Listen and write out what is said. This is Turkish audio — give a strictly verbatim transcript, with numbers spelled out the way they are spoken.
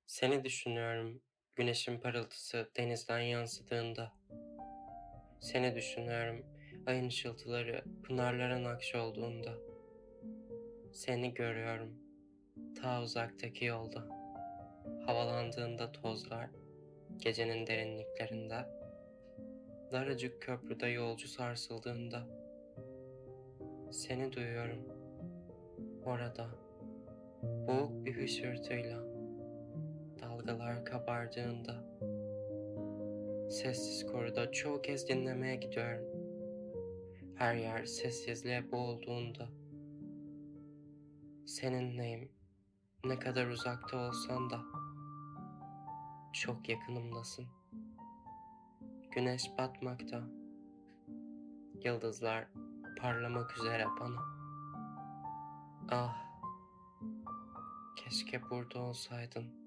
Seni düşünüyorum, güneşin parıltısı denizden yansıdığında. Seni düşünüyorum, ayın ışıltıları pınarlara nakş olduğunda. Seni görüyorum, ta uzaktaki yolda. Havalandığında tozlar, gecenin derinliklerinde. Daracık köprüde yolcu sarsıldığında. Seni duyuyorum, orada, boğuk bir hışırtıyla. Dalgalar kabardığında. Sessiz koruda çoğu kez dinlemeye gidiyorum. Her yer sessizliğe boğulduğunda. Seninleyim, ne kadar uzakta olsan da. Çok yakınımdasın. Güneş batmakta. Yıldızlar parlamak üzere bana. Ah, keşke burada olsaydın.